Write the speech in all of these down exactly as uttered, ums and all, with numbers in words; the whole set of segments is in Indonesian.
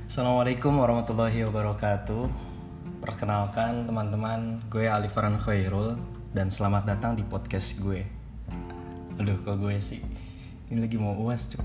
Assalamualaikum warahmatullahi wabarakatuh. Perkenalkan teman-teman, gue Ali Farhan Khairul dan selamat datang di podcast gue. Aduh, kok gue sih ini lagi mau U A S, cuy.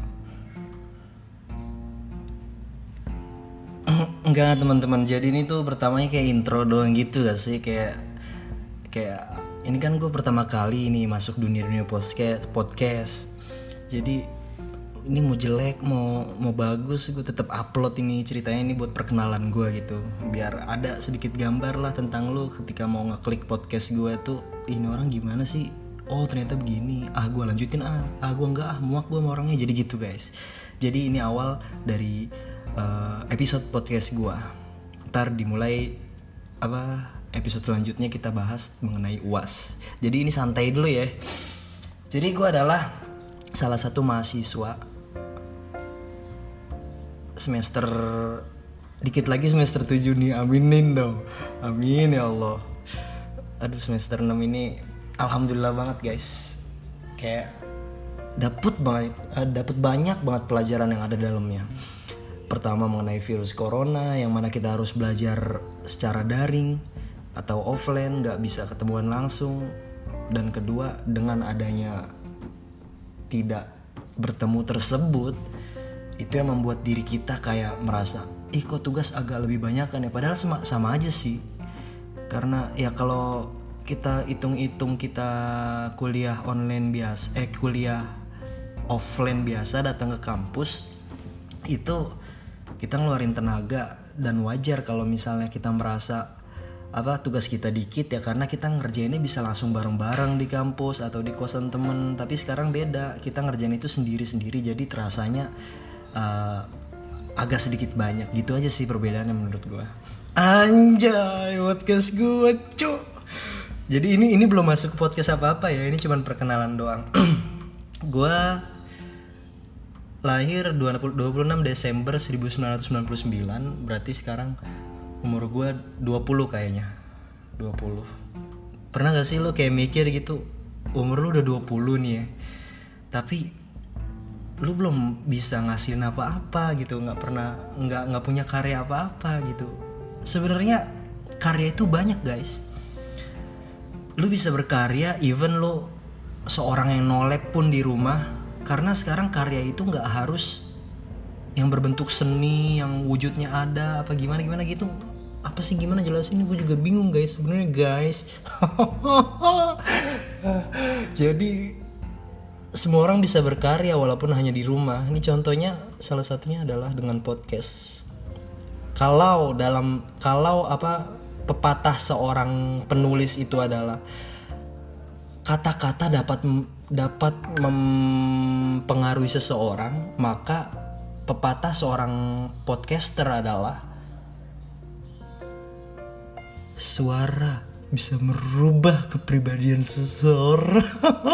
Enggak teman-teman, jadi ini tuh pertamanya kayak intro doang gitu gak sih, kayak kayak ini kan gue pertama kali ini masuk dunia dunia podcast podcast. Jadi ini mau jelek mau mau bagus gue tetap upload ini ceritanya ini buat perkenalan gue gitu, biar ada sedikit gambar lah tentang lu ketika mau ngeklik podcast gue tuh, ini orang gimana sih, oh ternyata begini, ah gue lanjutin ah ah gue enggak ah muak gue sama orangnya, jadi gitu guys. Jadi ini awal dari uh, episode podcast gue. Ntar dimulai apa episode selanjutnya kita bahas mengenai U A S. Jadi ini santai dulu ya. Jadi gue adalah salah satu mahasiswa semester dikit lagi semester tujuh nih, aminin dong, amin ya Allah. Aduh, semester enam ini alhamdulillah banget guys, kayak dapet banget uh, dapet banyak banget pelajaran yang ada dalamnya. Pertama mengenai virus corona yang mana kita harus belajar secara daring atau offline, nggak bisa ketemuan langsung. Dan kedua, dengan adanya tidak bertemu tersebut, itu yang membuat diri kita kayak merasa, ih kok tugas agak lebih banyak kan ya, padahal sama, sama aja sih. Karena ya kalau kita hitung-hitung kita kuliah online biasa, eh kuliah offline biasa datang ke kampus, itu kita ngeluarin tenaga, dan wajar kalau misalnya kita merasa apa tugas kita dikit ya, karena kita ngerjainnya bisa langsung bareng-bareng di kampus atau di kosan temen. Tapi sekarang beda, kita ngerjain itu sendiri-sendiri, jadi terasanya uh, agak sedikit banyak gitu aja sih perbedaannya menurut gue. Anjay, podcast gue cuk. Jadi ini ini belum masuk ke podcast apa-apa ya, ini cuman perkenalan doang. Gue lahir dua puluh enam Desember seribu sembilan ratus sembilan puluh sembilan, berarti sekarang umur gue dua puluh kayaknya. dua puluh. Pernah gak sih lo kayak mikir gitu, umur lo udah dua puluh nih ya, tapi lu belum bisa ngasihin apa-apa gitu, nggak pernah nggak nggak punya karya apa-apa gitu. Sebenarnya karya itu banyak guys. Lu bisa berkarya even lu seorang yang nolep pun di rumah, karena sekarang karya itu nggak harus yang berbentuk seni yang wujudnya ada apa gimana gimana gitu. Apa sih gimana jelasin, gue juga bingung guys sebenarnya guys. Jadi semua orang bisa berkarya walaupun hanya di rumah. Ini contohnya, salah satunya adalah dengan podcast. Kalau dalam kalau apa pepatah seorang penulis itu adalah kata-kata dapat dapat mempengaruhi seseorang, maka pepatah seorang podcaster adalah suara bisa merubah kepribadian seseorang.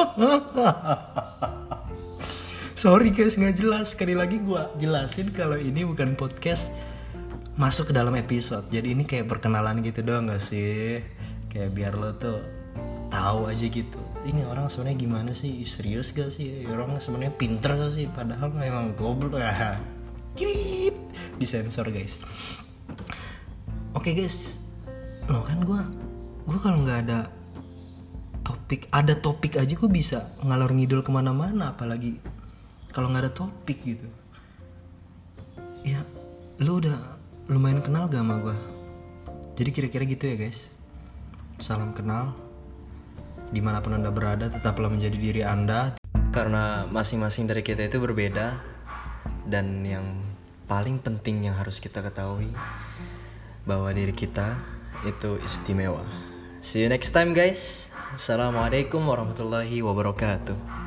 Sorry guys, nggak jelas. Sekali lagi gue jelasin kalau ini bukan podcast masuk ke dalam episode. Jadi ini kayak perkenalan gitu doang nggak sih? Kayak biar lo tuh tahu aja gitu. Ini orang sebenarnya gimana sih? Serius gak sih? Orang sebenarnya pinter gak sih? Padahal memang goblok ya. Krit, disensor guys. Oke guys, lo kan gue gue kalau nggak ada topik, ada topik aja gue bisa ngalor ngidul kemana-mana, apalagi kalau nggak ada topik gitu. Ya lo udah lumayan kenal gak sama gue, jadi kira-kira gitu ya guys. Salam kenal, dimanapun anda berada tetaplah menjadi diri anda, karena masing-masing dari kita itu berbeda. Dan yang paling penting yang harus kita ketahui, bahwa diri kita itu istimewa. See you next time guys. Assalamualaikum warahmatullahi wabarakatuh.